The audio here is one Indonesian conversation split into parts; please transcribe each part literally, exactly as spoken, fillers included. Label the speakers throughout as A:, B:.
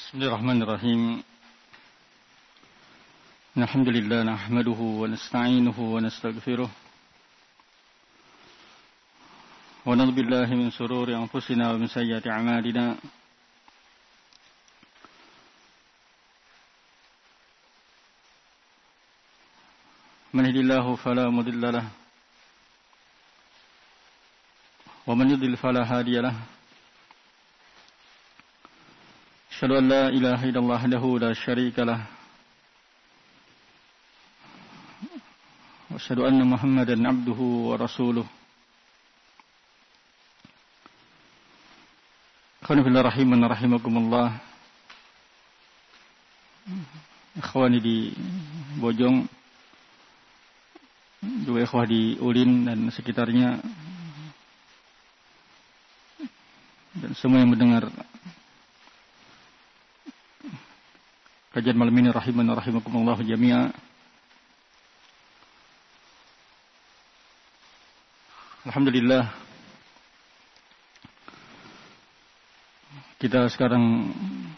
A: Bismillahirrahmanirrahim. Alhamdulillah nahmaduhu wa nasta'inuhu wa nastaghfiruh. Wa na'udzu billahi min shururi anfusina wa min sayyiati a'malina. Man yahdihillahu fala mudilla lahu wa man yudlil fala hadiya lahu. Asyhadu an la ilaha illallah wahdahu la syarika lah. Wa asyhadu anna Muhammadan abduhu wa rasuluh. Ikhwani fillah rahiman rahimakumullah. Ikhwani di Bojong, juga ikhwah di Ulin dan sekitarnya, dan semua yang mendengar kajian malam ini rahiman rahimakumullah jami'a. Alhamdulillah, kita sekarang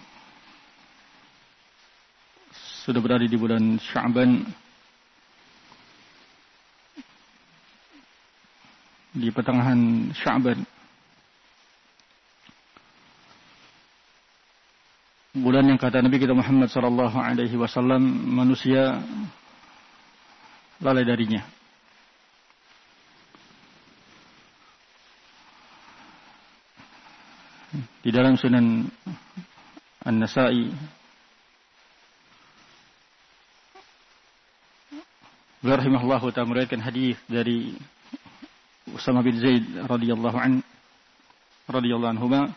A: sudah berada di bulan Sya'ban, di pertengahan Sya'ban, bulan yang kata Nabi kita Muhammad sallallahu alaihi wasallam manusia lalai darinya. Di dalam Sunan An-Nasa'i beliau rahimahullahu ta'ala meriwayatkan hadis dari Usamah bin Zaid radhiyallahu an radhiyallahu anhuma.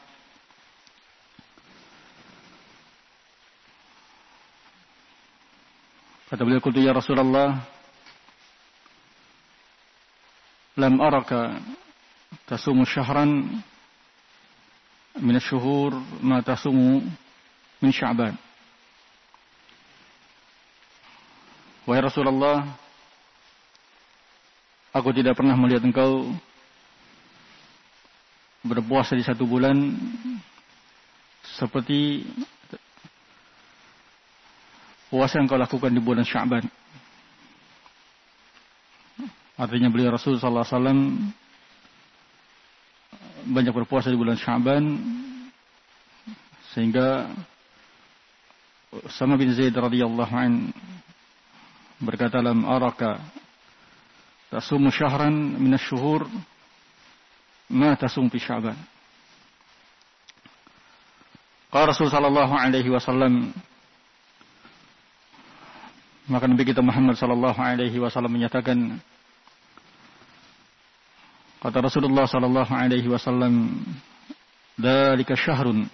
A: Kata beliau, qultu ya Rasulullah, lam araka tasumu syahran min asy-syuhur ma tasumu min Sya'ban. Wahai Rasulullah, aku tidak pernah melihat engkau berpuasa di satu bulan seperti puasa yang kau lakukan di bulan Sya'ban. Artinya beliau Rasul sallallahu alaihi wasallam banyak berpuasa di bulan Sya'ban, sehingga Usamah bin Zaid radhiyallahu an berkata, lam araka tasumu syahran min asy-syuhur ma tasum fi Sya'ban. Qala Rasul sallallahu alaihi wasallam, maka Nabi kita Muhammad sallallahu alaihi wasallam menyatakan, kata Rasulullah sallallahu alaihi wasallam, dzalika syahrun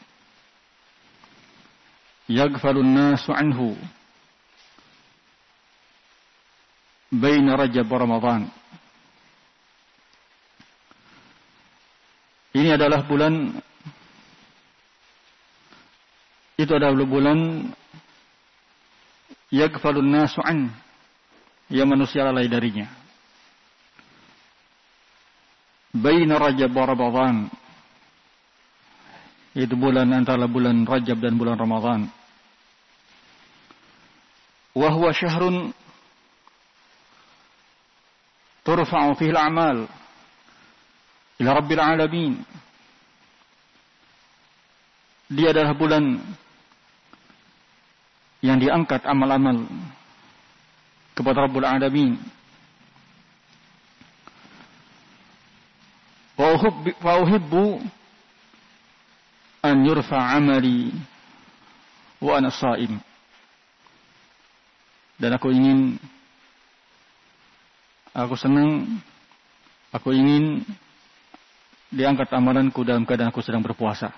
A: yaghfalun nasu anhu baina Rajab wa Ramadan. Ini adalah bulan, itu adalah bulan yaghfalun nasu an, yang manusia lalai darinya, baina Rajab wa Ramadan, yaitu bulan antara bulan Rajab dan bulan Ramadan. Wa huwa syahrun turfa'u fihi al-a'mal ila Rabbil alamin. Dia adalah bulan yang diangkat amal-amal kepada Rabbul Alamin. Wa uhibbu an yurfa amali wa ana sha'im. Dan aku ingin, aku senang, aku ingin diangkat amalanku dalam keadaan aku sedang berpuasa.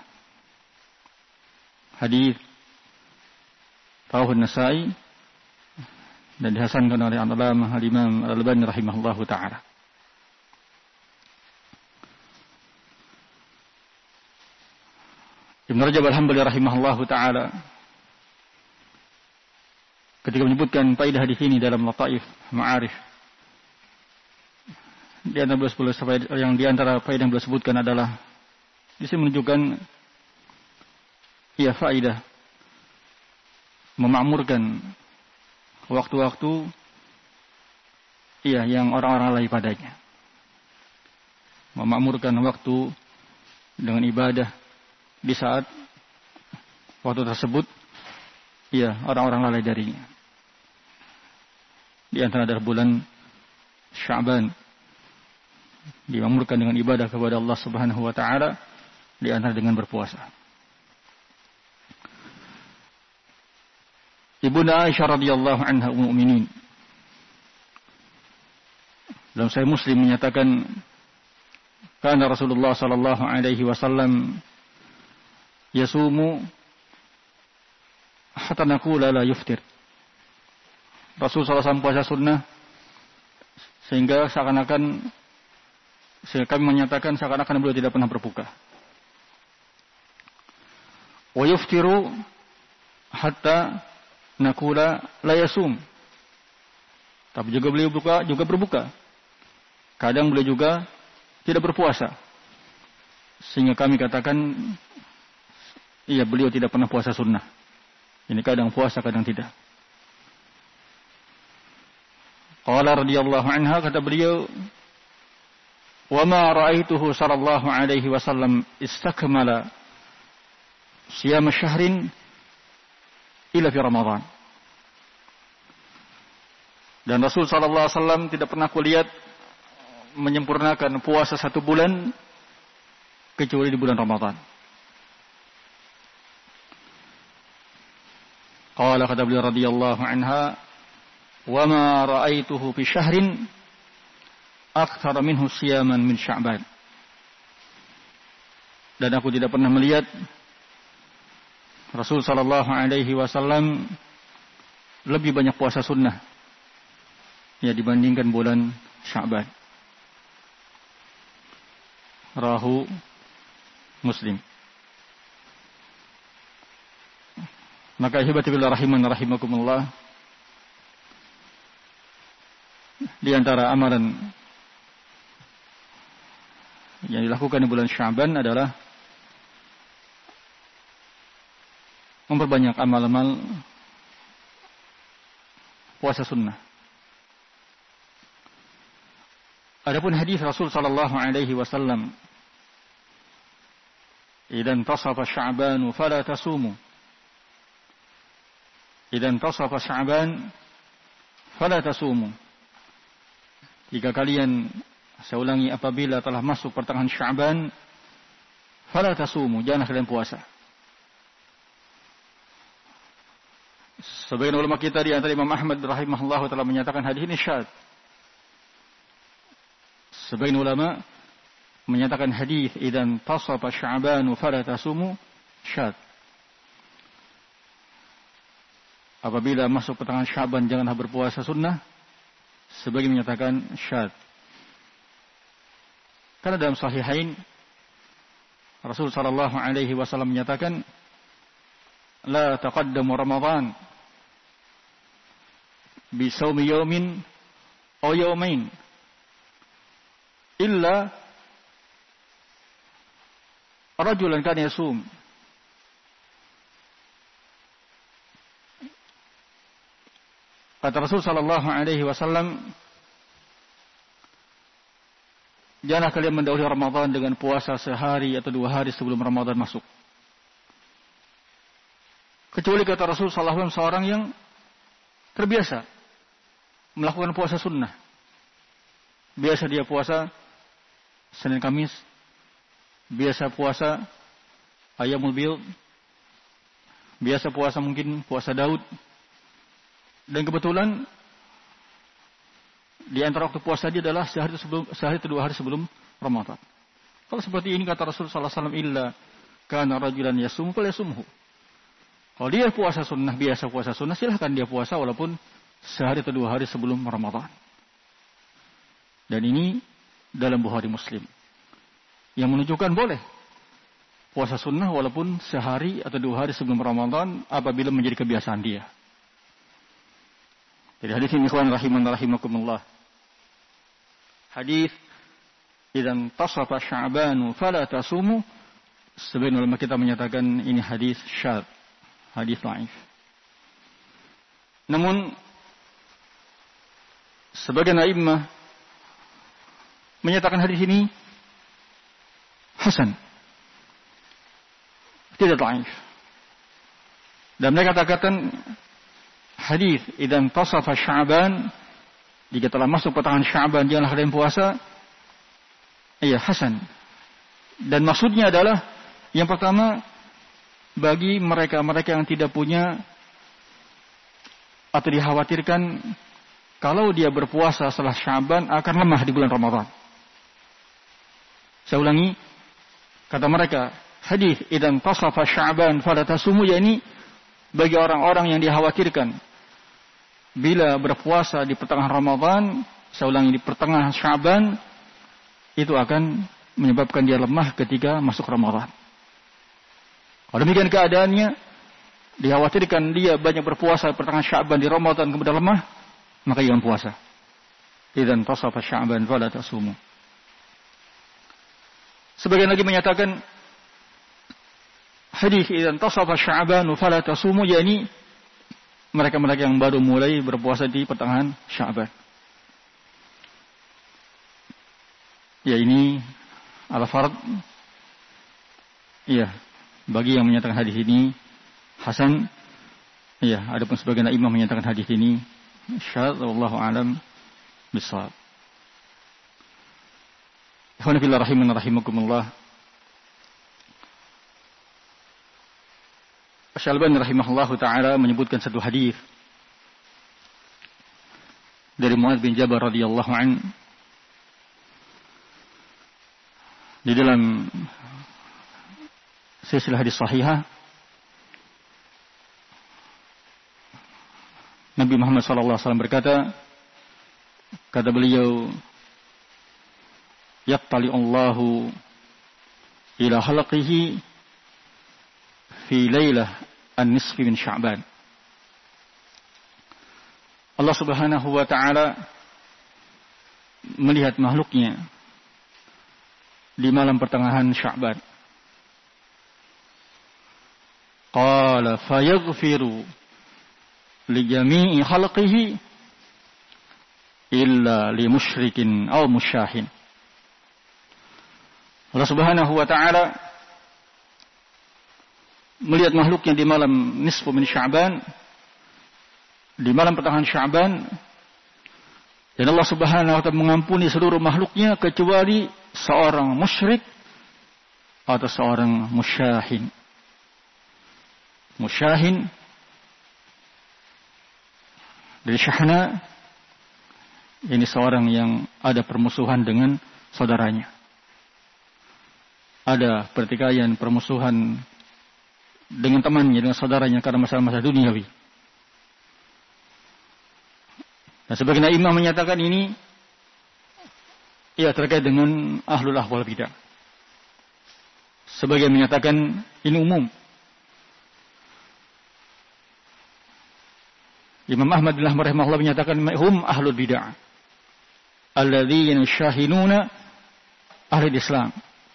A: Hadis Rawahu An-Nasa'i dan dihasankan oleh Al-Allamah Al-Imam Al-Albani rahimahullahu ta'ala. Ibn Rajab Al-Hambali rahimahullahu ta'ala ketika menyebutkan faedah hadis ini dalam Lataif Ma'arif, di antara sepuluh yang di antara faedah yang beliau sebutkan adalah di sini menunjukkan ya faedah memakmurkan waktu-waktu iya yang orang-orang lalai padanya. Memakmurkan waktu dengan ibadah di saat waktu tersebut iya orang-orang lalai darinya. Di antara adalah bulan Sya'ban, dimakmurkan dengan ibadah kepada Allah Subhanahu wa taala, di antara dengan berpuasa. Ibunda Aisyah radhiyallahu anha ummul mukminin dalam Sahih Muslim menyatakan, kana Rasulullah sallallahu alaihi wasallam yasumu hatta naqula la yuftir. Rasul sallallahu alaihi wasallam puasa sunnah sehingga seakan-akan sehingga kami menyatakan seakan-akan beliau tidak pernah berbuka. Wa yuftiru hatta naqula la yasum. Tapi juga beliau buka juga berbuka. Kadang beliau juga tidak berpuasa. Sehingga kami katakan iya beliau tidak pernah puasa sunnah. Ini kadang puasa kadang tidak. Qala radhiyallahu anha, kata beliau, wa ma ra'aituhu sallallahu alaihi wasallam istakmala siyam syahrin illa fi Ramadan. Dan Rasul sallallahu alaihi wasallam tidak pernah kulihat menyempurnakan puasa satu bulan kecuali di bulan Ramadan. Qala, kata beliau radhiyallahu anha, wa ma ra'aituhu fi syahrin akthara minhu siyaman min Sya'ban. Dan aku tidak pernah melihat Rasul sallallahu alaihi wasallam lebih banyak puasa sunnah ya dibandingkan bulan Sya'ban. Rahu Muslim. Maka ihibati billah rahiman rahimakumullah, di antara amalan yang dilakukan di bulan Sya'ban adalah memperbanyak amal-amal puasa sunnah. Adapun hadis Rasul sallallahu alaihi wasallam, "Idzan tasafa Sya'ban fala tasumu." Idzan tasafa Sya'ban fala tasumu. Jika kalian, saya ulangi, apabila telah masuk pertengahan Sya'ban, fala tasumu, jangan kalian puasa. Sebagian ulama kita di antara Imam Ahmad rahimahullahu taala menyatakan hadis ini syadz. Sebagian ulama menyatakan hadis idzan tasafa Sya'ban fala tasumu syadz. Apabila masuk pertengahan Sya'ban janganlah berpuasa sunnah. Sebagian menyatakan syadz. Karena dalam Sahihain Rasul sallallahu alaihi wasallam menyatakan, la taqaddamu Ramadan bi shaumi yaumin aw yaumain illa rajulan kana yasum. Kata Rasul sallallahu alaihi wasallam, janganlah kalian mendahului Ramadan dengan puasa sehari atau dua hari sebelum Ramadan masuk. Kecuali kata Rasul sallallahu alaihi wasallam seorang yang terbiasa melakukan puasa sunnah. Biasa dia puasa Senin Kamis, biasa puasa Ayyamul Bid, biasa puasa mungkin puasa Daud. Dan kebetulan di antara waktu puasa dia adalah sehari sebelum sehari atau dua hari sebelum Ramadan. Kalau seperti ini kata Rasul sallallahu alaihi wasallam, illa kana rajulan yasum falyasumhu. Kalau dia puasa sunnah, biasa puasa sunnah, silahkan dia puasa walaupun sehari atau dua hari sebelum Ramadan. Dan ini dalam Bukhari Muslim, yang menunjukkan boleh puasa sunnah walaupun sehari atau dua hari sebelum Ramadan apabila menjadi kebiasaan dia. Jadi hadis ini ikhwan rahiman rahimakumullah. Hadis idzan tasafa Sya'ban fala tasumu, sebagian ulama kita menyatakan ini hadis syadz, hadis dhaif. Namun sebagian a'immah menyatakan hadis ini hasan, tidak dhaif. Dan mereka katakan hadis idan tasafa Sya'ban, jika telah masuk pertengahan Sya'ban janganlah kalian puasa, iya hasan. Dan maksudnya adalah yang pertama, bagi mereka-mereka yang tidak punya atau dikhawatirkan kalau dia berpuasa setelah Sya'ban akan lemah di bulan Ramadan. Saya ulangi, kata mereka, hadis idan tasafa Sya'ban fala tasumu, yakni bagi orang-orang yang dikhawatirkan bila berpuasa di pertengahan Ramadan, saya ulangi di pertengahan Sya'ban, itu akan menyebabkan dia lemah ketika masuk Ramadan. Kalau demikian keadaannya, dikhawatirkan dia banyak berpuasa di pertengahan Sya'ban di Ramadan kemudian lemah, maka jangan puasa. Idzan tasafa Sya'ban fala tasumu. Sebagian lagi menyatakan hadis idzan tasafa Sya'ban fala tasumu, yakni mereka-mereka yang baru mulai berpuasa di pertengahan Sya'ban. Ya, ini al-fard. Iya, bagi yang menyatakan hadis ini hasan. Iya, adapun sebagian imam menyatakan hadis ini syadz, wallahu alam bissawab. Ikhwan fillah rahiman rahimakumullah. Asy-Syalbani rahimahullahu taala menyebutkan satu hadis dari Mu'adz bin Jabal radhiyallahu an di dalam silsilah hadis sahihah. Nabi Muhammad sallallahu alaihi wasallam berkata, kata beliau, yattali Allahu ila khalqihi fi lailah an-nisfi min Sya'ban. Allah Subhanahu wa taala melihat makhluknya di malam pertengahan Sya'ban. Qala fayaghfiru li jami'i khalqihi illa li musyrikin aw musyahin. Allah Subhanahu wa taala melihat makhluknya di malam nisfu min Sya'ban, di malam pertengahan Sya'ban, dan Allah Subhanahu wa taala mengampuni seluruh makhluknya kecuali seorang musyrik atau seorang musyahin. Musyahin dari syahna, ini seorang yang ada permusuhan dengan saudaranya. Ada pertikaian, permusuhan dengan temannya, dengan saudaranya karena masalah-masalah duniawi. Nah, sebagian imam menyatakan ini ia terkait dengan ahlul ahwal bidah. Sebagian menyatakan ini umum. Imam Ahmad bin Hanbal rahimahullah menyatakan hum ahlul bidah alladzina yashahinuna ahli Islam.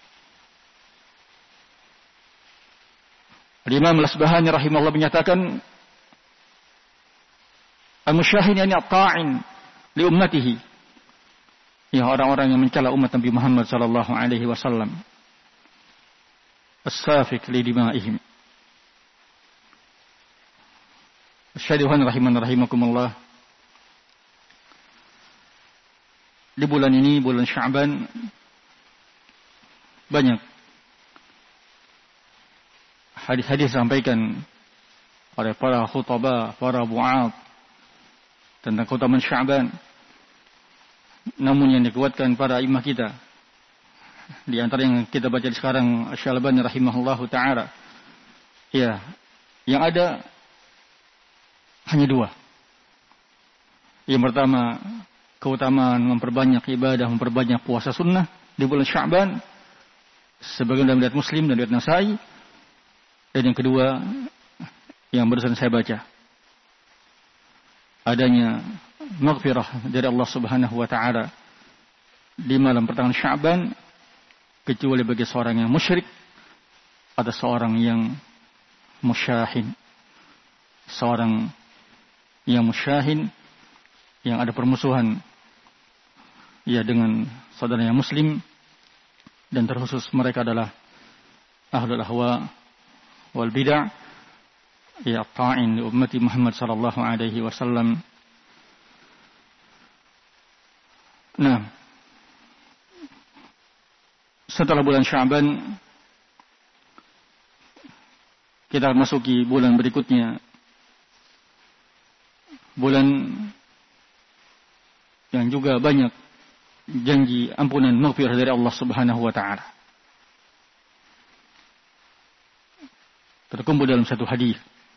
A: Imam Al-Asbahani rahimahullah menyatakan al-musyahin yani at-ta'in li ummatihi, ya orang-orang yang mencela umat Nabi Muhammad sallallahu alaihi wasallam, as-safik li dima'ihim. Syahidun rahiman rahimakumullah. Di bulan ini, bulan Sya'ban, banyak hadis-hadis disampaikan oleh para khutbah, para bu'ad tentang keutamaan Sya'ban. Namun yang dikuatkan para imam kita, di antara yang kita baca sekarang Asy-Syalbani rahimahullahu taala, ya, yang ada hanya dua. Yang pertama, keutamaan memperbanyak ibadah, memperbanyak puasa sunnah di bulan Sya'ban, sebagian dalam riwayat Muslim dan riwayat Nasa'i. Dan yang kedua, yang barusan saya baca, adanya maghfirah dari Allah Subhanahu wa taala di malam pertengahan Sya'ban, kecuali bagi seorang yang musyrik atau seorang yang musyahin, seorang yang musyahin, yang ada permusuhan ya dengan saudaranya muslim, dan terkhusus mereka adalah ahlul ahwa wal bid'ah, ya ta'in li ummati Muhammad sallallahu alaihi wasallam. Nah, setelah bulan Sya'ban kita masuki bulan berikutnya, bulan yang juga banyak janji ampunan maghfirah dari Allah Subhanahu wa taala. Terkumpul dalam satu hadis,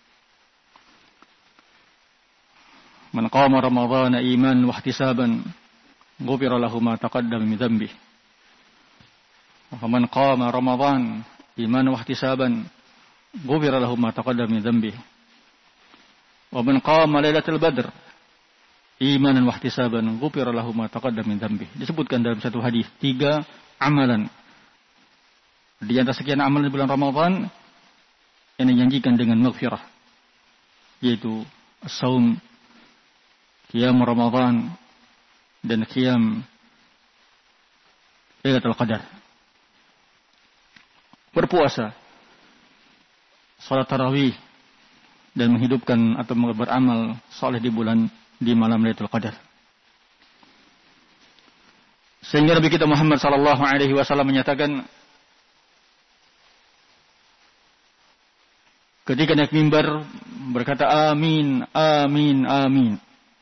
A: man qama ramadhana imanan wa ihtisaban ghufira lahu ma taqaddama min dhanbihi. Wa man qama ramadhan imanan wa ihtisaban ghufira lahu ma taqaddama min dhanbihi. Wa man qama lailatul badr imanan wa ihtisaban ghufira lahu ma taqaddama min dhanbihi. Disebutkan dalam satu hadis tiga amalan di antara sekian amalan di bulan Ramadan yang dijanjikan dengan maghfirah, yaitu as-saum, qiyam Ramadan, dan qiyam Lailatul Qadar. Berpuasa, salat tarawih, dan menghidupkan atau beramal saleh di bulan di malam Lailatul Qadar. Sehingga Nabi kita Muhammad sallallahu alaihi wasallam menyatakan ketika naik mimbar berkata amin, amin, amin.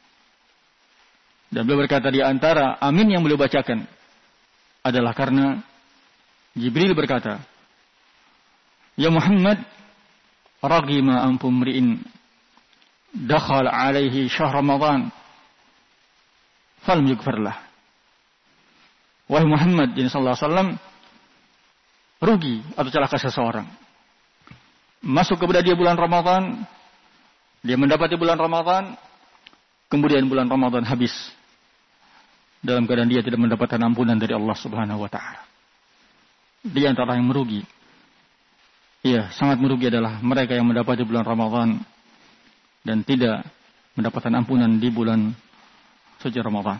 A: Dan beliau berkata di antara amin yang beliau bacakan adalah karena Jibril berkata, ya Muhammad, ragima anfum mri'in dakhal alaihi syahr Ramadan falam yughfar lah. Wahai Muhammad sallallahu alaihi wasallam, rugi atau celaka seseorang masuk kepada dia bulan Ramadan, dia mendapati bulan Ramadan, kemudian bulan Ramadan habis dalam keadaan dia tidak mendapatkan ampunan dari Allah Subhanahu wa taala. Di antara yang merugi, iya, sangat merugi adalah mereka yang mendapati bulan Ramadan dan tidak mendapatkan ampunan di bulan suci Ramadan.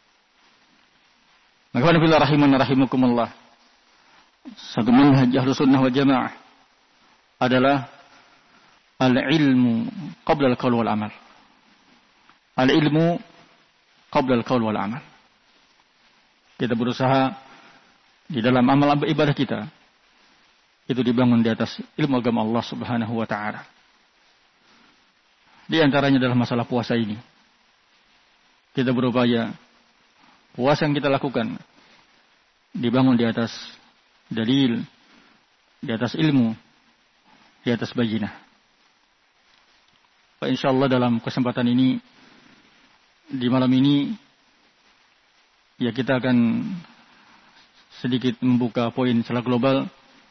A: Maka bila rahiman rahimakumullah, satu manhaj Ahlus Sunnah wal Jamaah adalah al-ilmu qabla al-qaul wal amal. Al-ilmu qabla al-qaul wal amal. Kita berusaha di dalam amal ibadah kita itu dibangun di atas ilmu agama Allah Subhanahu wa taala. Di antaranya adalah masalah puasa ini. Kita berupaya puasa yang kita lakukan dibangun di atas dalil, di atas ilmu, di atas bayinah. Insyaallah dalam kesempatan ini, di malam ini, ya kita akan sedikit membuka poin secara global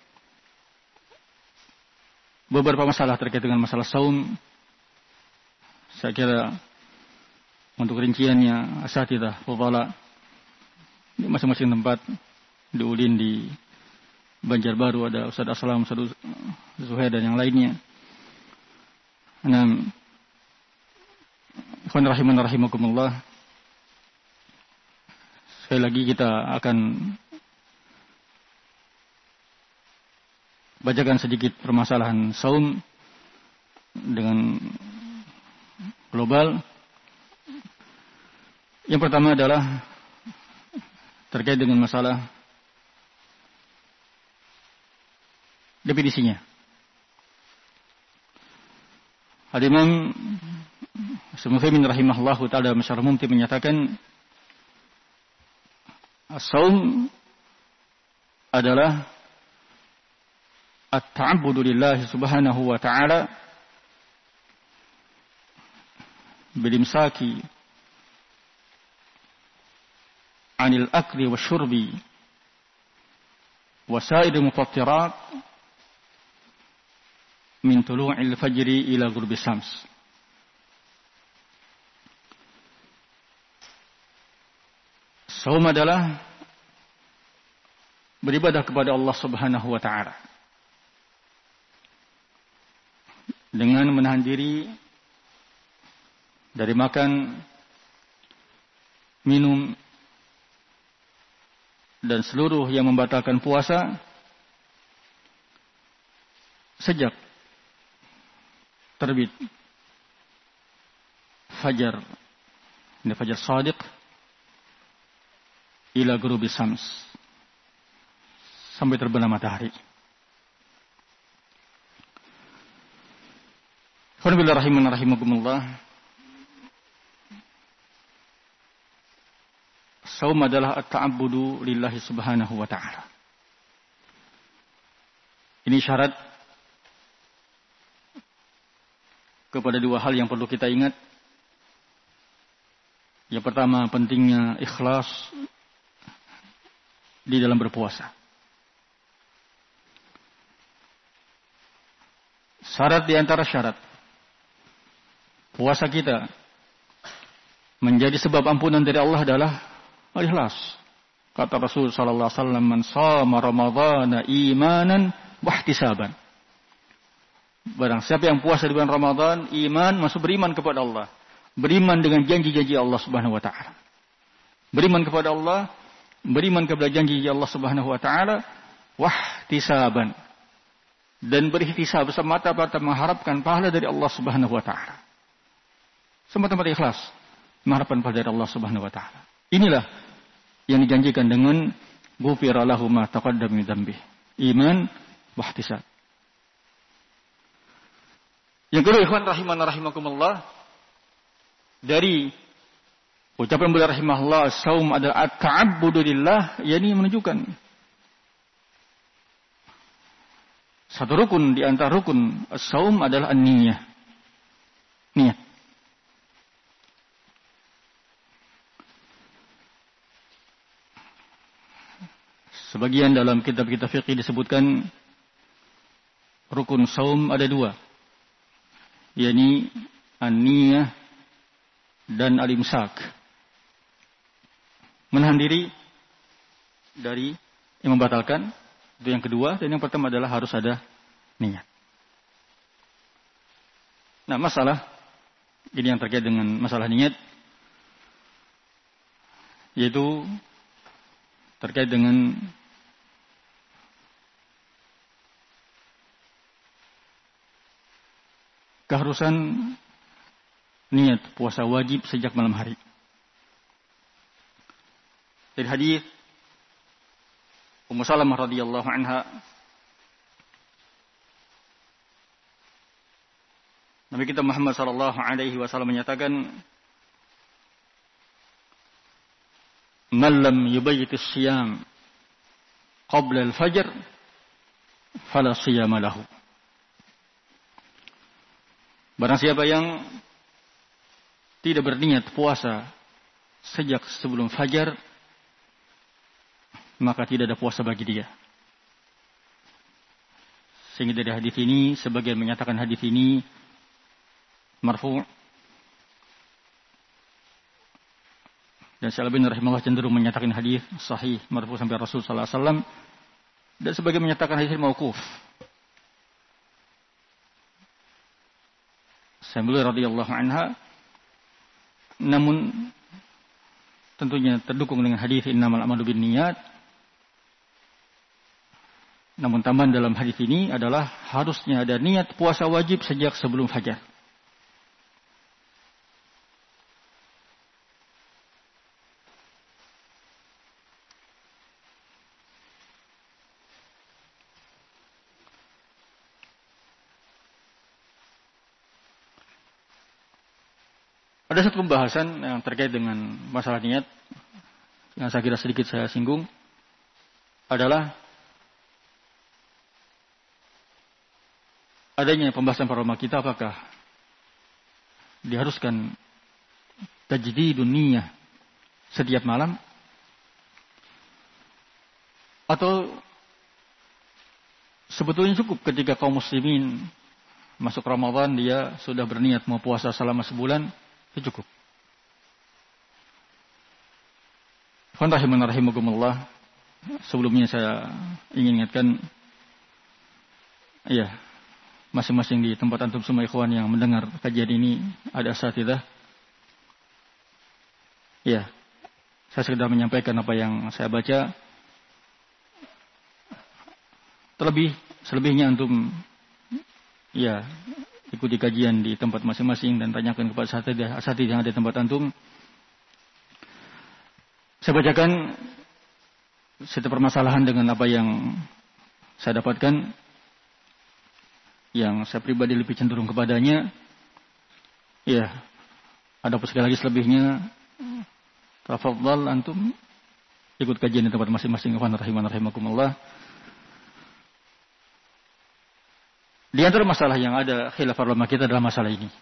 A: beberapa masalah terkait dengan masalah saum. Saya kira untuk rinciannya asatidzah fudhala di masing-masing tempat, di Ulin, di Banjarbaru ada Ustaz Aslam, Ustaz Zuhair dan yang lainnya. Nah, ikhwan rahiman rahimakumullah, sekali lagi kita akan bacakan sedikit permasalahan saum dengan global. Yang pertama adalah terkait dengan masalah definisinya. Al-Imam Sumuthaimin rahimahullahu ta'ala Masyarah Mumti menyatakan as-saum adalah at-ta'abbudu lillahi subhanahu wa ta'ala bilimsaki anil akli wa syurbi wa sa'idil mufattirat min tulu'il fajri ila ghurbi syams. Saum adalah beribadah kepada Allah Subhanahu wa taala dengan menahan diri dari makan, minum, dan seluruh yang membatalkan puasa sejak terbit fajar, ini fajar shadiq, ila ghurubi syams, sampai terbenam matahari. Alhamdulillah rahiman rahimakumullah. Saum adalah at-ta'abbudu lillahi subhanahu wa ta'ala. Ini syarat kepada dua hal yang perlu kita ingat. Yang pertama, pentingnya ikhlas di dalam berpuasa. Syarat di antara syarat puasa kita menjadi sebab ampunan dari Allah adalah al-ikhlas. Kata Rasul sallallahu alaihi wasallam, "Man shama ramadhana imanan wa ihtisaban." Barang siapa yang puasa di bulan Ramadan, iman, masuk beriman kepada Allah, beriman dengan janji-janji Allah Subhanahu wa taala. Beriman kepada Allah, beriman kepada janji Allah Subhanahu wa taala, wa ihtisaban. Dan berikhtisab semata-mata mengharapkan pahala dari Allah Subhanahu wa taala. Semata-mata ikhlas mengharapkan pahala dari Allah Subhanahu wa taala. Inilah yang dijanjikan dengan ghufira lahu ma taqaddama min dzambi. Iman wa ihtisab. Yang kedua, ikhwan rahiman rahimakumullah, dari ucapan beliau rahimahullah, saum adalah at-ta'abbudu lillah, yakni menunjukkan satu rukun di antara rukun as-saum adalah an-niyah. Niat. Sebagian dalam kitab-kitab fiqih disebutkan rukun saum ada dua, yakni an-niyah dan al-imsak. Menahan diri dari yang membatalkan, itu yang kedua, dan yang pertama adalah harus ada niat. Nah, masalah ini yang terkait dengan masalah niat, yaitu terkait dengan keharusan niat puasa wajib sejak malam hari. Dari hadis Ummu Salamah radhiyallahu anha, Nabi kita Muhammad sallallahu alaihi wasallam menyatakan, "Man lam yubayyit as-siyam qabla al-fajr fala siyama lahu." Barang siapa yang tidak berniat puasa sejak sebelum fajar, maka tidak ada puasa bagi dia. Sehingga dari hadis ini, sebagian menyatakan hadis ini marfu', dan Syalbani rahimahullah cenderung menyatakan hadis sahih marfu' sampai Rasul sallallahu alaihi wasallam, dan sebagian menyatakan hadis mauquf. Sambil radhiyallahu anha, namun tentunya terdukung dengan hadis innamal a'malu binniyat. Namun tambahan dalam hadis ini adalah harusnya ada niat puasa wajib sejak sebelum fajar. Ada satu pembahasan yang terkait dengan masalah niat yang saya kira sedikit saya singgung adalah adanya pembahasan para ulama kita, apakah diharuskan tajdidun niyah setiap malam atau sebetulnya cukup ketika kaum muslimin masuk Ramadan dia sudah berniat mau puasa selama sebulan, itu cukup. Bismillahirrahmanirrahim. Sebelumnya saya ingin ingatkan, ya, masing-masing di tempat antum semua ikhwan yang mendengar kajian ini ada asatidzah Ya, saya sekedar menyampaikan apa yang saya baca. Terlebih, selebihnya antum ya ikuti kajian di tempat masing-masing dan tanyakan kepada asatidz yang ada di tempat antum. Saya bacakan setiap permasalahan dengan apa yang saya dapatkan, yang saya pribadi lebih cenderung kepadanya. Ya, ada sekali lagi selebihnya, tafadhal antum ikut kajian di tempat masing-masing. Ikhwan rahiman rahimakumullah. Di antara masalah yang ada khilaf ulama kita adalah masalah ini.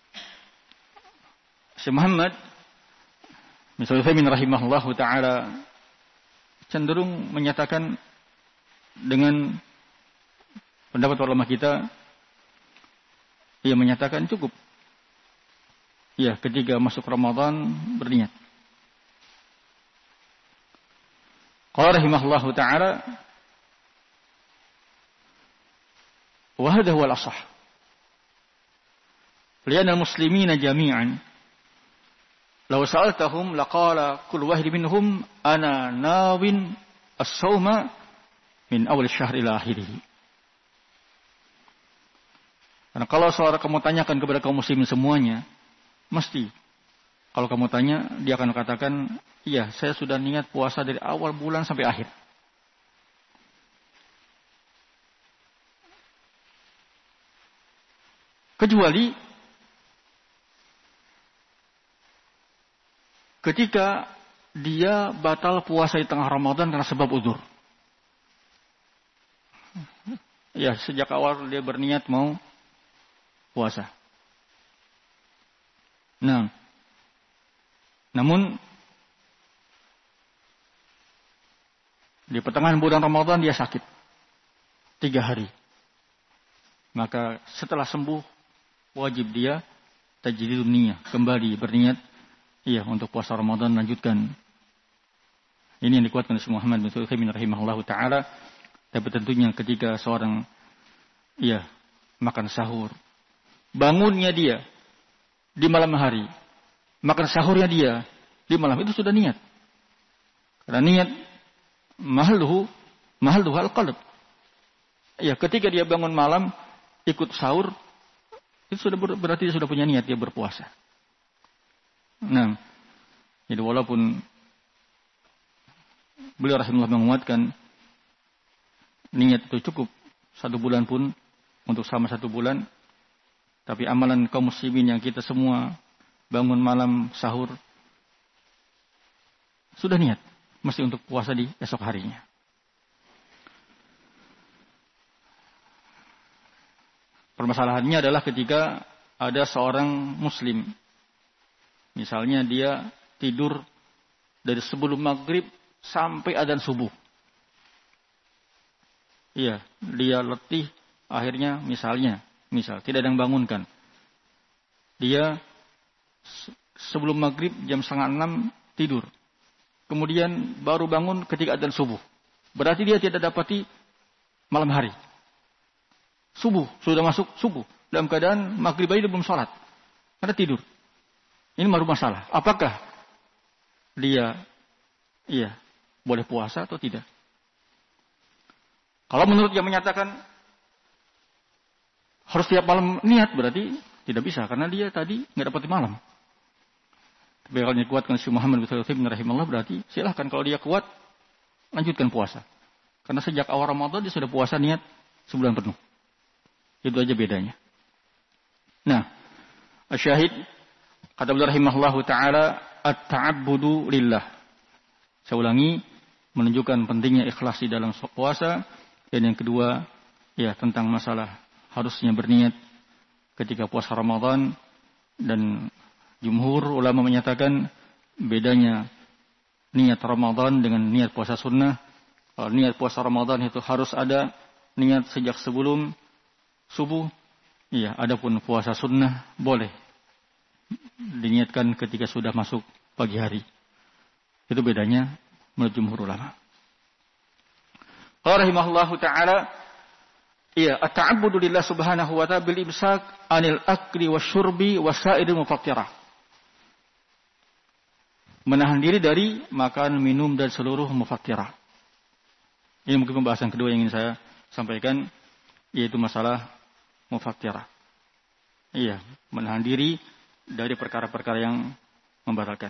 A: Syekh Muhammad bin Shalih Al-Utsaimin rahimahullahu taala cenderung menyatakan dengan pendapat ulama kita, ia menyatakan cukup ya ketika masuk Ramadan berniat. Qala rahimahullahu taala wa hadha huwa al-ashah. Lianna al-muslimina jami'an law sa'altahum laqala kullu wahid minhum ana nawin as-sawma min awal syahr ila akhirih. Karena kalau seorang kamu tanyakan kepada kaum muslimin semuanya, mesti kalau kamu tanya, dia akan katakan, iya, saya sudah niat puasa dari awal bulan sampai akhir. Kecuali ketika dia batal puasa di tengah Ramadan karena sebab udzur. Ya, sejak awal dia berniat mau puasa. Nah, namun di pertengahan bulan Ramadan dia sakit tiga hari. Maka setelah sembuh wajib dia tajdidun niyah, kembali berniat iya untuk puasa Ramadan lanjutkan. Ini yang dikuatkan oleh Syekh Muhammad bin Shalih Al-Utsaimin rahimahullahu taala. Tapi tentunya ketika seorang iya makan sahur, bangunnya dia di malam hari, makan sahurnya dia di malam itu sudah niat. Karena niat mahalluhu mahalluhu al-qalb. Ya, ketika dia bangun malam ikut sahur itu sudah ber, berarti dia sudah punya niat dia berpuasa. Nah, jadi walaupun beliau rahimahullah menguatkan niat itu cukup satu bulan pun untuk sama satu bulan, tapi amalan kaum muslimin yang kita semua bangun malam sahur sudah niat mesti untuk puasa di esok harinya. Permasalahannya adalah ketika ada seorang muslim, misalnya dia tidur dari sebelum maghrib sampai adzan subuh. Iya, dia letih, akhirnya misalnya, misal tidak ada yang bangunkan. Dia sebelum maghrib jam setengah enam tidur, kemudian baru bangun ketika adzan subuh. Berarti dia tidak dapati malam hari. Subuh, sudah masuk subuh. Dalam keadaan maghrib aja belum sholat. Karena tidur. Ini baru masalah. Apakah dia iya boleh puasa atau tidak? Kalau menurut yang menyatakan harus tiap malam niat, berarti tidak bisa. Karena dia tadi nggak dapat di malam. Tapi kalau dikuatkan Syekh Muhammad bin Shalih Al-Utsaimin rahimahullah, berarti silahkan kalau dia kuat, lanjutkan puasa. Karena sejak awal Ramadan dia sudah puasa niat sebulan penuh. Itu aja bedanya. Nah, asyahid kata beliau rahimahullahu taala, at-ta'abbudu lillah. Saya ulangi, menunjukkan pentingnya ikhlas di dalam puasa. Dan yang kedua, ya tentang masalah harusnya berniat ketika puasa Ramadan. Dan jumhur ulama menyatakan bedanya niat Ramadan dengan niat puasa sunnah. Kalau niat puasa Ramadan itu harus ada niat sejak sebelum subuh. Iya, adapun puasa sunnah boleh diniatkan ketika sudah masuk pagi hari. Itu bedanya menurut jumhur ulama. Qala rahimahullahu taala, iya, at-ta'abbudu lillah subhanahu wa ta'ala bil imsak anil akli wasyurbi wasairil mufattirah. menahan diri dari makan, minum dan seluruh mufattirat. Ini mungkin pembahasan kedua yang ingin saya sampaikan, yaitu masalah mufattirat. Iya, menahan diri dari perkara-perkara yang membatalkan.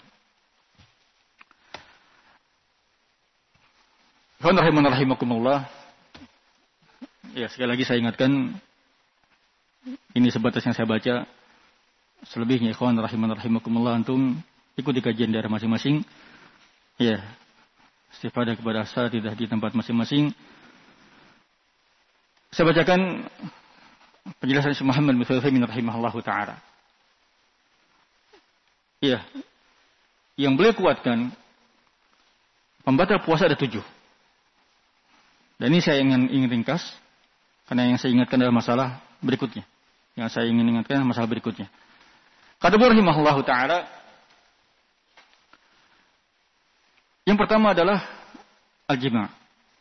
A: Rahimakumullah. Ya, sekali lagi saya ingatkan, ini sebatas yang saya baca. Selebihnya ikhwan rahimakumullah, antum ikuti kajian daerah masing-masing. Ya, istifadah kepada asatidzah di tempat masing-masing. Saya bacakan penjelasan Syekh Muhammad bin Utsaimin rahimahullahu taala. Iya. Yang beliau kuatkan, pembatal puasa ada tujuh. Dan ini saya ingin, ingin ringkas, karena yang saya ingatkan adalah masalah berikutnya. Yang saya ingin ingatkan adalah masalah berikutnya. Kata beliau rahimahullahu ta'ala, yang pertama adalah al-jima'.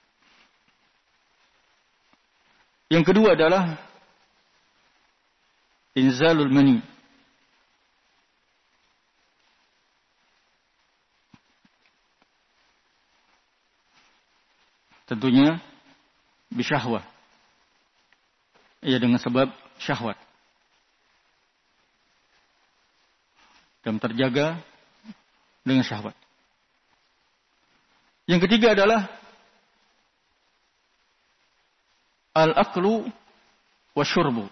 A: Yang kedua adalah inzalul mani. Tentunya bisyahwah. Ya, dengan sebab syahwat. Dan terjaga dengan syahwat. Yang ketiga adalah al-aklu wa syurbu.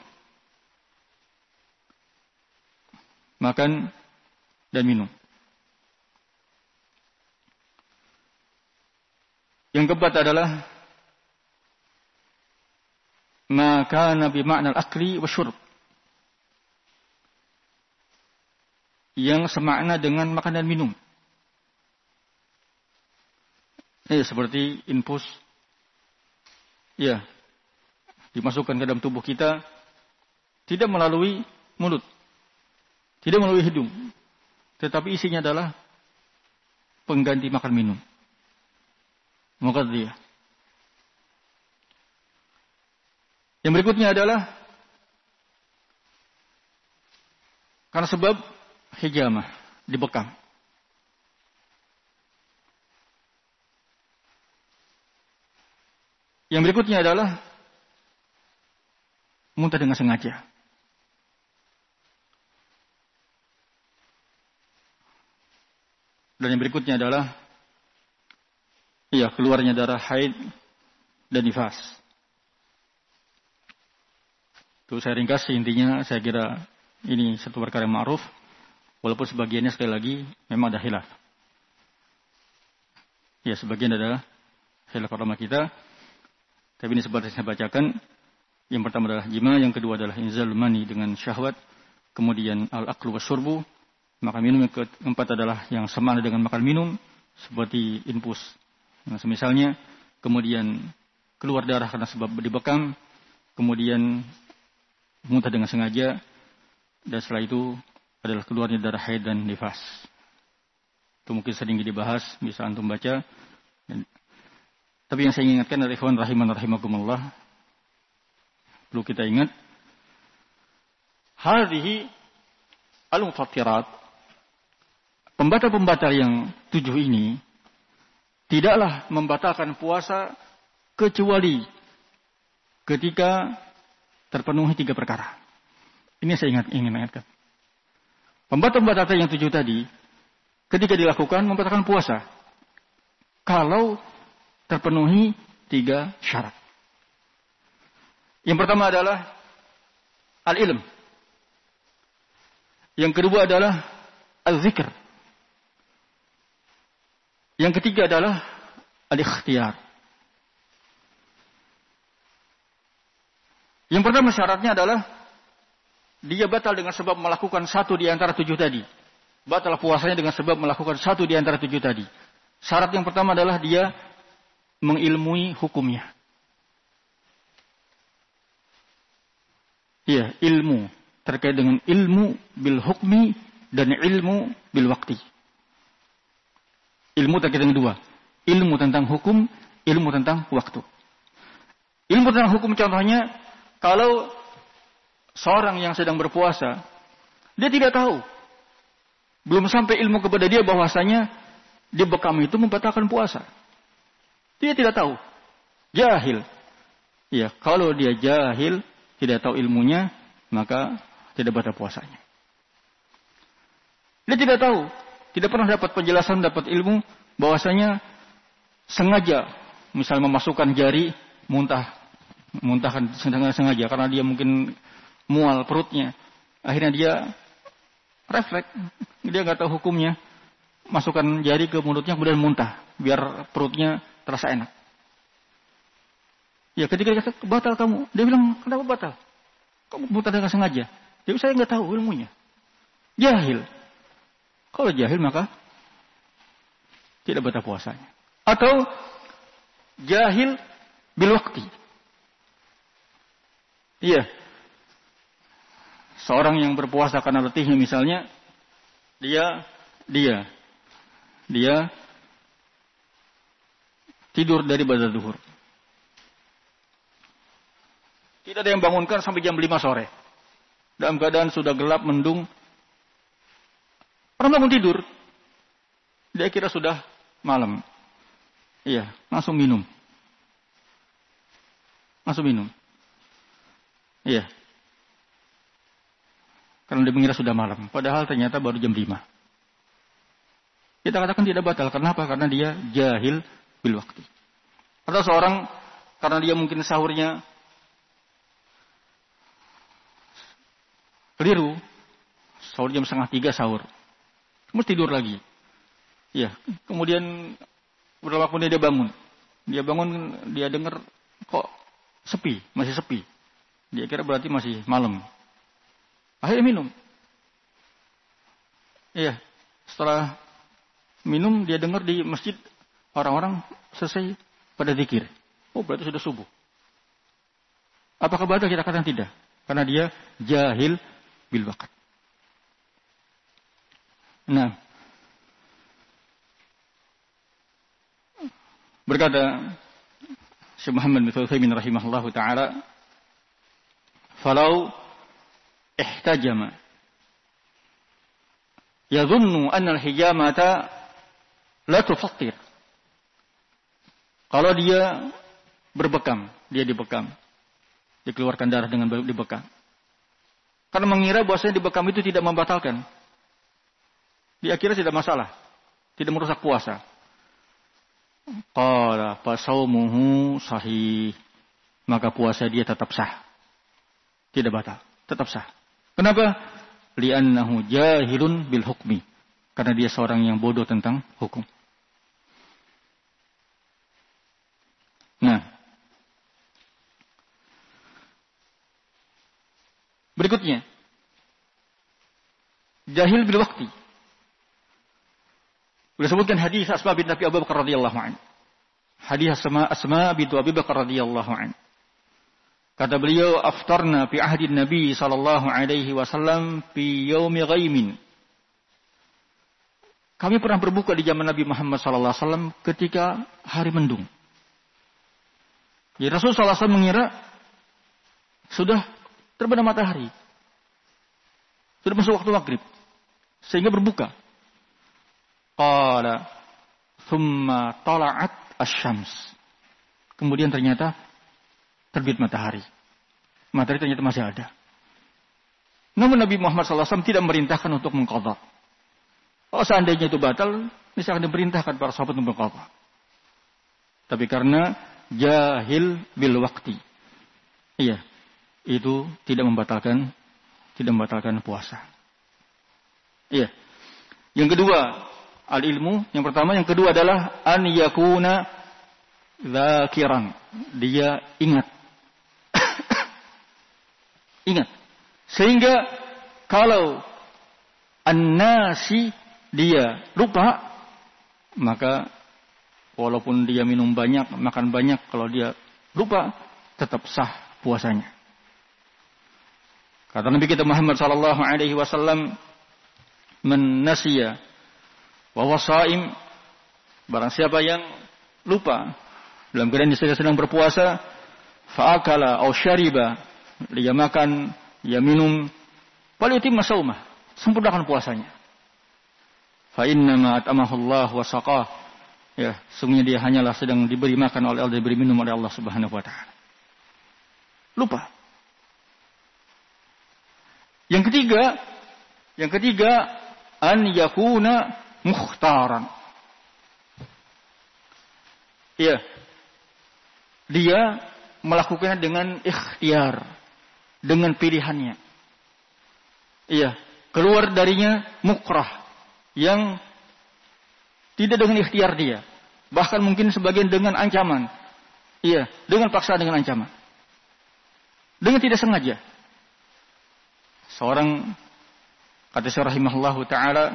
A: Makan dan minum. Yang keempat adalah ma kana bi ma'na al-akli wa syurb. Yang semakna dengan makan dan minum. Ya, seperti infus. Ya, dimasukkan ke dalam tubuh kita tidak melalui mulut, tidak melalui hidung, tetapi isinya adalah pengganti makan minum. Muqaddiyah. Yang berikutnya adalah karena sebab hijamah, dibekam. Yang berikutnya adalah muntah dengan sengaja. Dan yang berikutnya adalah iya, keluarnya darah haid dan nifas. Itu saya ringkas, intinya saya kira ini satu perkara yang ma'ruf. Walaupun sebagiannya sekali lagi memang ada khilaf. Ya, sebagian adalah khilaf ulama kita. Tapi ini seperti saya bacakan. Yang pertama adalah jima, yang kedua adalah inzal mani dengan syahwat. Kemudian al-aklu wasyurbu, makan minum. Yang keempat adalah yang semakna dengan makan minum, seperti infus. Nah, semisalnya, kemudian keluar darah karena sebab dibekam, kemudian muntah dengan sengaja, dan setelah itu adalah keluarnya darah haid dan nifas. Itu mungkin sering dibahas, bisa antum baca. Dan, tapi yang saya ingatkan adalah ikhwan rahiman rahimakumullah, perlu kita ingat, hadhihi al-mufattirat, pembatal-pembatal yang tujuh ini tidaklah membatalkan puasa kecuali ketika terpenuhi tiga perkara. Ini saya ingat, ingin ingatkan. Pembatal-pembatal yang tujuh tadi, ketika dilakukan membatalkan puasa, kalau terpenuhi tiga syarat. Yang pertama adalah al-ilm. Yang kedua adalah al-zikr. Yang ketiga adalah al-ikhtiyar. Yang pertama syaratnya adalah dia batal dengan sebab melakukan satu di antara tujuh tadi. Batal puasanya dengan sebab melakukan satu di antara tujuh tadi. Syarat yang pertama adalah dia mengilmui hukumnya. Iya, ilmu. Terkait dengan ilmu bil hukmi dan ilmu bil wakti. Ilmu terkait dengan dua. Ilmu tentang hukum, ilmu tentang waktu. Ilmu tentang hukum contohnya, kalau seorang yang sedang berpuasa, dia tidak tahu Belum sampai ilmu kepada dia bahwasanya dibekam itu membatalkan puasa. Dia tidak tahu. Jahil. Ya, kalau dia jahil, tidak tahu ilmunya, maka tidak batal puasanya. Dia tidak tahu, tidak pernah dapat penjelasan, dapat ilmu bahwasanya sengaja, misal memasukkan jari, muntah, muntahkan sengaja karena dia mungkin mual perutnya. Akhirnya dia refleks, dia nggak tahu hukumnya, masukkan jari ke mulutnya kemudian muntah, biar perutnya terasa enak. Ya ketika dia kata batal kamu, dia bilang kenapa batal? Kamu muntah dengan sengaja. Jadi saya nggak tahu ilmunya, jahil. Kalau jahil maka tidak batal puasanya. Atau jahil bil waqti. Iya. Seorang yang berpuasa karena letihnya misalnya, dia dia dia tidur dari ba'da zuhur. Tidak ada yang bangunkan sampai jam lima sore. Dalam keadaan sudah gelap mendung. Orang bangun tidur. Dia kira sudah malam. Iya, langsung minum. Langsung minum. Iya. Karena dia mengira sudah malam. Padahal ternyata baru jam lima. Kita katakan tidak batal. Kenapa? Karena dia jahil bil waktu. Atau seorang karena dia mungkin sahurnya keliru. Sahur jam setengah tiga sahur. Terus tidur lagi. Ya, kemudian beberapa waktu dia bangun. Dia bangun, dia dengar kok sepi, masih sepi. Dia kira berarti masih malam. Akhirnya minum. Iya, setelah minum dia dengar di masjid orang-orang selesai pada zikir. Oh, berarti sudah subuh. Apakah batal? Kita katakan tidak, karena dia jahil bil waqt. Nah, berkata Syekh Muhammad bin Utsaimin rahimahullahu taala, "Falau ihtajama yadhunnu anna al-hijamata la tufattir." Kalau dia berbekam, dia dibekam, dikeluarkan darah dengan dibekam. Karena mengira bahwasanya dibekam itu tidak membatalkan. Dia kira tidak masalah, tidak merusak puasa. Qala fasaumuhu sahih. Maka puasa dia tetap sah. Tidak batal, tetap sah. Kenapa? Li'annahu jahilun bil hukmi. Karena dia seorang yang bodoh tentang hukum. Nah. Berikutnya. Jahil bil waqti. Sudah sebutkan hadis Asma bin Abi Bakar radhiyallahu anhu. Hadis Asma Asma bin Abi Bakar radhiyallahu anhu. Kata beliau, aftarna fi ahdi Nabi sallallahu alaihi wasallam fi yaumi ghaimin. Kami pernah berbuka di zaman Nabi Muhammad sallallahu alaihi wasallam ketika hari mendung. Ya, Rasul sallallahu alaihi wasallam mengira sudah terbenam matahari. Sudah masuk waktu maghrib. Sehingga berbuka. Qala thumma tala'at asy-syams. Kemudian ternyata terbit matahari. Matahari ternyata masih ada. Namun Nabi Muhammad sallallahu alaihi wasallam tidak memerintahkan untuk mengqadha. Kalau seandainya itu batal, misalkan diperintahkan para sahabat untuk mengqadha. Tapi karena jahil bil waqti. Iya, itu tidak membatalkan tidak membatalkan puasa. Iya. Yang kedua, al-ilmu, yang pertama, yang kedua adalah an yakuna dzakiran. Dia ingat. Ingat. Sehingga kalau an-nasi dia lupa, maka walaupun dia minum banyak, makan banyak, kalau dia lupa tetap sah puasanya. Kata Nabi kita Muhammad sallallahu alaihi wasallam, "Man nasiya wa huwa shaim," barang siapa yang lupa dalam keadaan dia sedang berpuasa, fa akala aw syariba, dia makan, dia minum, falyutimma shaumah, sempurnakan puasanya. fa innama at'amahu Allah wa saqah. Ya, sungguhnya dia hanyalah sedang diberi makan oleh Allah, diberi minum oleh Allah Subhanahu wa taala. Lupa. Yang ketiga, yang ketiga an yakuna mukhtaran. Iya. Dia melakukannya dengan ikhtiar, dengan pilihannya. Iya, keluar darinya mukrah yang tidak dengan ikhtiar dia. Bahkan mungkin sebagian dengan ancaman. Iya, dengan paksaan, dengan ancaman. Dengan tidak sengaja. Seorang, kata Syekh rahimahullahu ta'ala,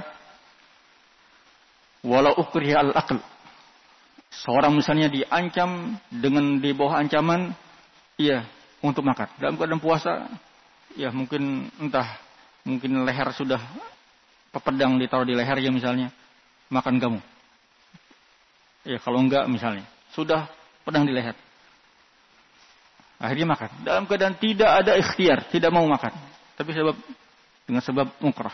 A: walau ukriha al-aql. Seorang misalnya diancam dengan di bawah ancaman, iya, untuk makan. Dalam keadaan puasa, ya mungkin entah, mungkin leher sudah, pedang ditaruh di lehernya misalnya, makan kamu. Ya kalau enggak misalnya, sudah pedang di leher. Akhirnya makan. Dalam keadaan tidak ada ikhtiar, tidak mau makan. Tapi sebab, dengan sebab mukrah.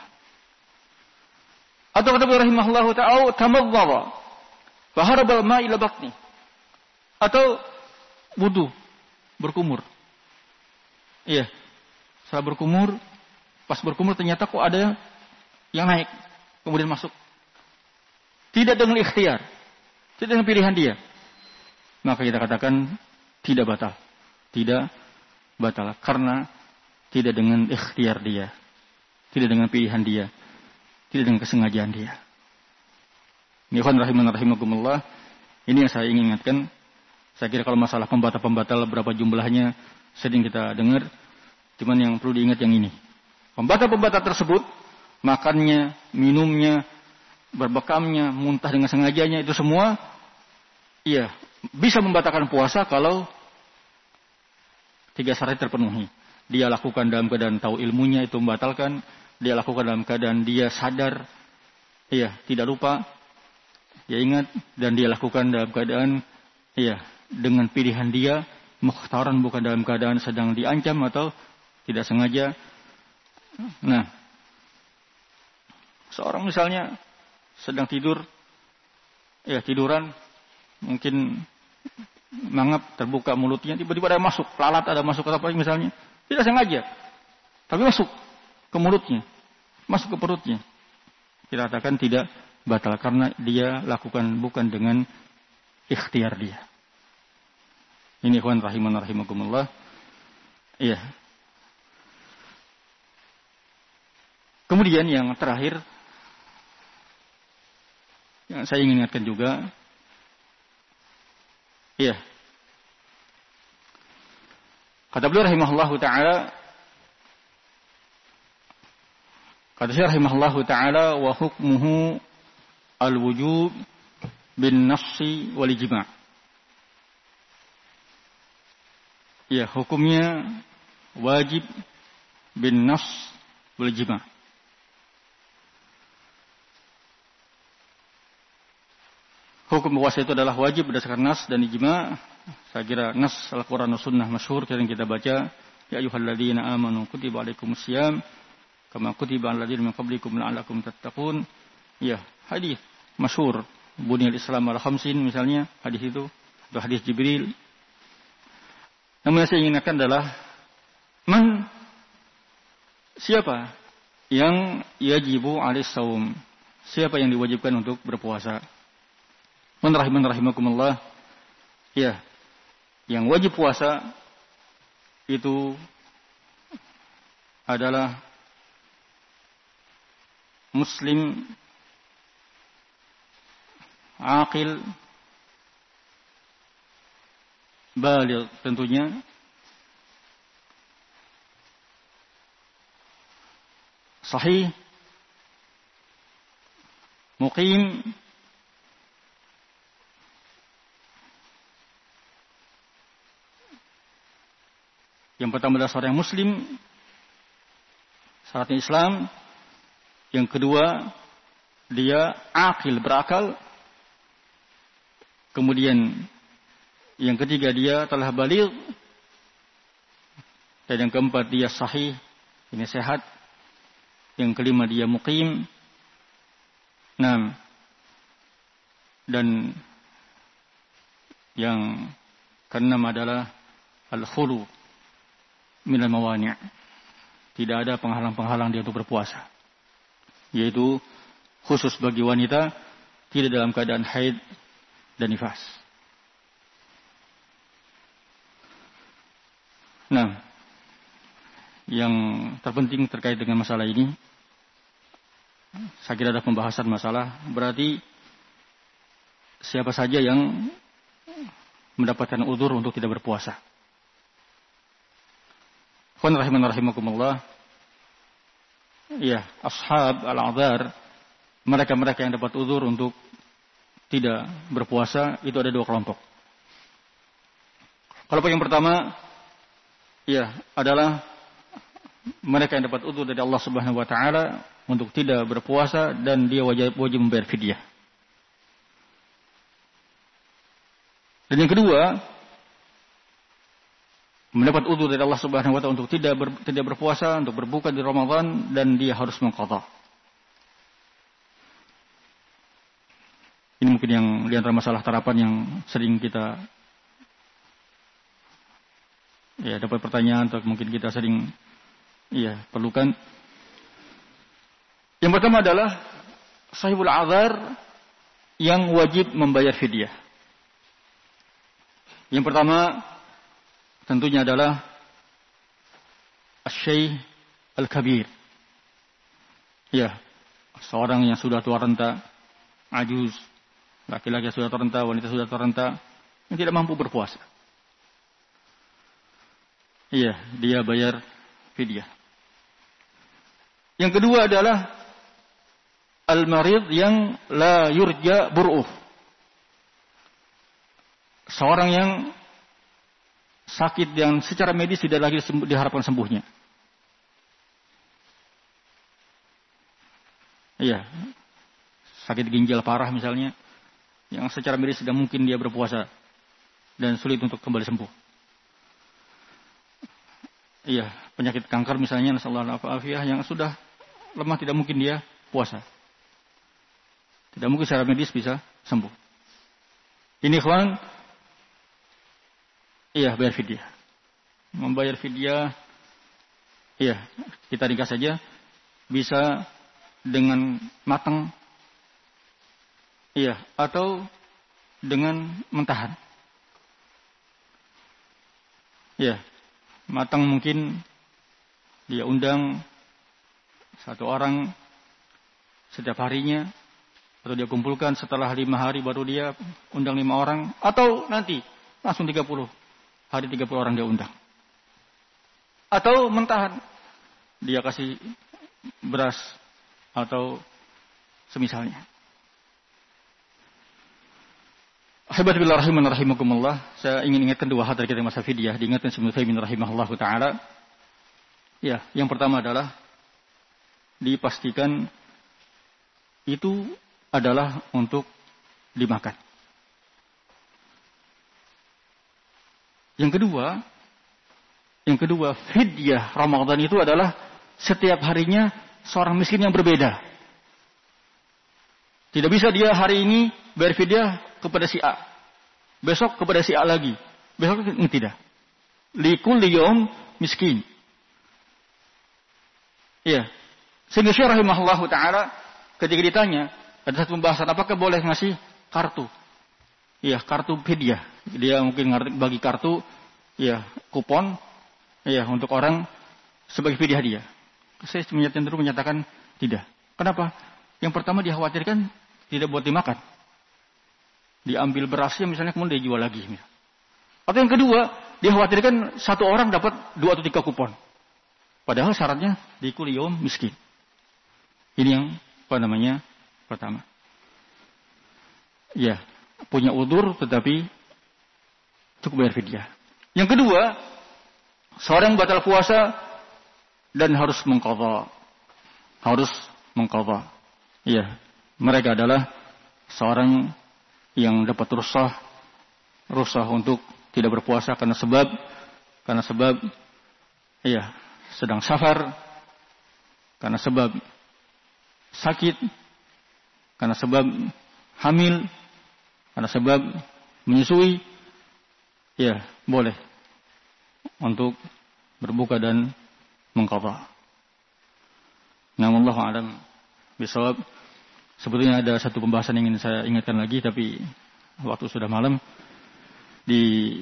A: Atau kata beliau rahimahullahu ta'ala, tamadhdha fa harabal ma'i ila batni. Atau wudu, berkumur. Iya. Saya berkumur, pas berkumur ternyata kok ada yang naik, kemudian masuk. Tidak dengan ikhtiar, tidak dengan pilihan dia. Maka kita katakan tidak batal. Tidak batal karena tidak dengan ikhtiar dia, tidak dengan pilihan dia, tidak dengan kesengajaan dia. Ikhwan rahiman rahimakumullah, ini yang saya ingin ingatkan. Saya kira kalau masalah pembatal-pembatal berapa jumlahnya sering kita dengar, cuman yang perlu diingat yang ini. Pembatal-pembatal tersebut, makannya, minumnya, berbekamnya, muntah dengan sengajanya, itu semua iya, bisa membatalkan puasa kalau tiga syarat terpenuhi. Dia lakukan dalam keadaan tahu ilmunya, itu membatalkan. Dia lakukan dalam keadaan dia sadar, iya, tidak lupa, dia ingat, dan dia lakukan dalam keadaan, iya, dengan pilihan dia, mukhtaran, bukan dalam keadaan sedang diancam atau tidak sengaja. Nah, seorang misalnya sedang tidur, ya tiduran, mungkin mangap, terbuka mulutnya, tiba-tiba ada masuk, lalat ada masuk ke apa misalnya, tidak sengaja, tapi masuk ke mulutnya, masuk ke perutnya. Kita katakan tidak batal karena dia lakukan bukan dengan ikhtiar dia. Ini ikhwan rahiman rahimakumullah. Iya. Kemudian yang terakhir yang saya ingin ingatkan juga, iya. Kata beliau rahimahullahu ta'ala, kata Syekh rahimahullahu ta'ala, wa hukmuhu al-wujub bin nafsi wal ijma'. Ya, hukumnya wajib bin nafs wal ijma'. Hukum puasa itu adalah wajib berdasarkan nas dan ijma'. Saya kira nas Al-Quran dan Sunnah masyhur yang kita baca, ya ayyuhalladzina amanu kutiba alaikumusiyam kama kutiba alal ladzina min qablikum la'allakum tattaqun. Ya, hadis masyhur, buniyal Islam ala khamsin misalnya, hadis itu, atau hadis Jibril. Namun yang saya inginkan adalah man, siapa yang yajibu alis saum, siapa yang diwajibkan untuk berpuasa. Man rahiman rahimakumullah, ya, yang wajib puasa itu adalah muslim aqil baligh, tentunya sahih, muqim, yang pertama adalah seorang muslim, syaratnya Islam. Yang kedua, dia akil, berakal. Kemudian yang ketiga, dia telah baligh. Dan yang keempat, dia sahih, ini sehat. Yang kelima, dia muqim. Nah, dan yang keenam adalah al-khulu minal mawani'. Tidak ada penghalang-penghalang dia untuk berpuasa. Yaitu khusus bagi wanita tidak dalam keadaan haid dan nifas. Nah, yang terpenting terkait dengan masalah ini, saya kira ada pembahasan masalah, berarti siapa saja yang mendapatkan udzur untuk tidak berpuasa. Khon rahiman rahimakumullah. Ya, ashab al-a'dzar, mereka-mereka yang dapat udzur untuk tidak berpuasa itu ada dua kelompok. Kelompok yang pertama, ya, adalah mereka yang dapat udzur dari Allah Subhanahu wa taala untuk tidak berpuasa dan dia wajib wajib membayar fidyah. Dan yang kedua, mendapat udzur dari Allah Subhanahu wa taala untuk tidak ber, tidak berpuasa, untuk berbuka di Ramadan dan dia harus mengqadha. Ini mungkin yang di antara masalah tarapan yang sering kita ya dapat pertanyaan atau mungkin kita sering iya perlukan. Yang pertama adalah sahibul a'dzar yang wajib membayar fidyah. Yang pertama tentunya adalah asy-syekh al-kabir. Ya, seorang yang sudah tua renta, ajuz, laki-laki yang sudah tua renta, wanita sudah tua renta, yang tidak mampu berpuasa. Iya, dia bayar fidyah. Yang kedua adalah al-marid yang la yurja bur'uh. Seorang yang sakit yang secara medis tidak lagi sembuh, diharapkan sembuhnya. Iya, sakit ginjal parah misalnya, yang secara medis tidak mungkin dia berpuasa dan sulit untuk kembali sembuh. Iya, penyakit kanker misalnya, nasallahu alaihi yang sudah lemah tidak mungkin dia puasa. Tidak mungkin secara medis bisa sembuh. Ini kawan, iya bayar fidyah. Membayar fidyah, iya kita ringkas saja, bisa dengan matang, iya atau dengan mentahan. Iya, matang mungkin dia undang satu orang setiap harinya, atau dia kumpulkan setelah lima hari baru dia undang lima orang, atau nanti langsung tiga puluh hari tiga puluh orang dia undang. Atau mentahan, dia kasih beras atau semisalnya. Ahibati billah rahiman rahimakumullah. Saya ingin ingatkan dua hal terkait dengan masalah fidyah. Diingatkan Ibnu Utsaimin rahimahullahu taala. Ya, yang pertama adalah dipastikan itu adalah untuk dimakan. Yang kedua, yang kedua, fidyah Ramadan itu adalah setiap harinya seorang miskin yang berbeda. Tidak bisa dia hari ini bayar fidyah kepada si A, besok kepada si A lagi, besok tidak. Likulli yaum miskin. Iya. Sehingga Syekh rahimahullahu taala ketika ditanya, ada satu pembahasan apakah boleh ngasih kartu? Iya, kartu fidyah. Dia mungkin bagi kartu, ya kupon, ya untuk orang sebagai fidyah dia. Saya cenderung menyatakan tidak. Kenapa? Yang pertama dikhawatirkan tidak buat dimakan. Diambil berasnya misalnya kemudian dijual lagi. Atau yang kedua, dikhawatirkan satu orang dapat dua atau tiga kupon. Padahal syaratnya di kulli yaum miskin. Ini yang apa namanya? Pertama. Ya, punya udzur tetapi cukup bayar fidyah. Yang kedua, seorang batal puasa dan harus mengqadha. Harus mengqadha. Iya, mereka adalah seorang yang dapat rukhsah rukhsah untuk tidak berpuasa karena sebab karena sebab iya, sedang safar, karena sebab sakit, karena sebab hamil, karena sebab menyusui, ya boleh untuk berbuka dan mengqadha. Namun Allah a'lam bishawab. Sebetulnya ada satu pembahasan yang ingin saya ingatkan lagi, tapi waktu sudah malam. Di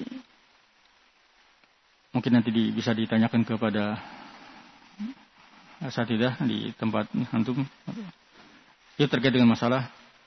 A: mungkin nanti di, bisa ditanyakan kepada asatidzah di tempat antum. Itu terkait dengan masalah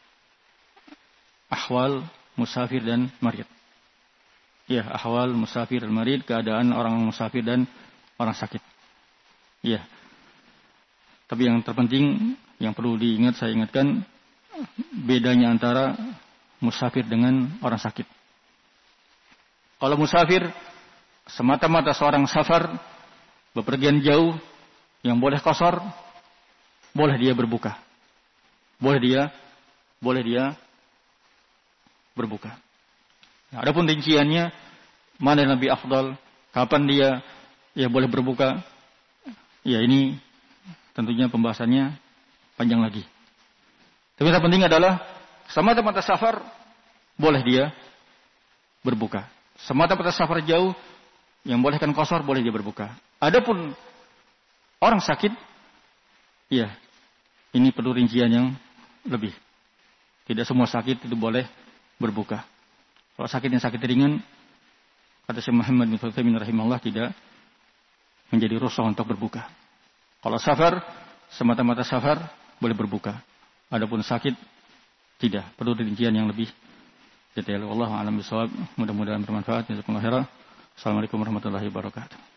A: ahwal musafir dan marid. Ya, ahwal musafir dan marid, keadaan orang musafir dan orang sakit. Ya. Tapi yang terpenting, yang perlu diingat, saya ingatkan, bedanya antara musafir dengan orang sakit. Kalau musafir, semata-mata seorang safar, bepergian jauh, yang boleh qasar, boleh dia berbuka. Boleh dia, boleh dia berbuka. Nah, adapun rinciannya, mana yang lebih afdal, kapan dia ya boleh berbuka, ya ini tentunya pembahasannya panjang lagi. Tapi yang penting adalah semata-mata safar boleh dia berbuka. Semata-mata safar jauh yang bolehkan qasar boleh dia berbuka. Adapun orang sakit, ya ini perlu rincian yang lebih. Tidak semua sakit itu boleh berbuka. Kalau sakit yang sakit ringan, kata Syekh Muhammad bin Utsaimin rahimahullah, tidak menjadi rukhsah untuk berbuka. Kalau safar, semata-mata safar boleh berbuka. Adapun sakit, tidak. Perlu rincian yang lebih detail. Wallahu a'lam bishawab. Mudah-mudahan bermanfaat. Jazakumullah khairan. Assalamualaikum warahmatullahi wabarakatuh.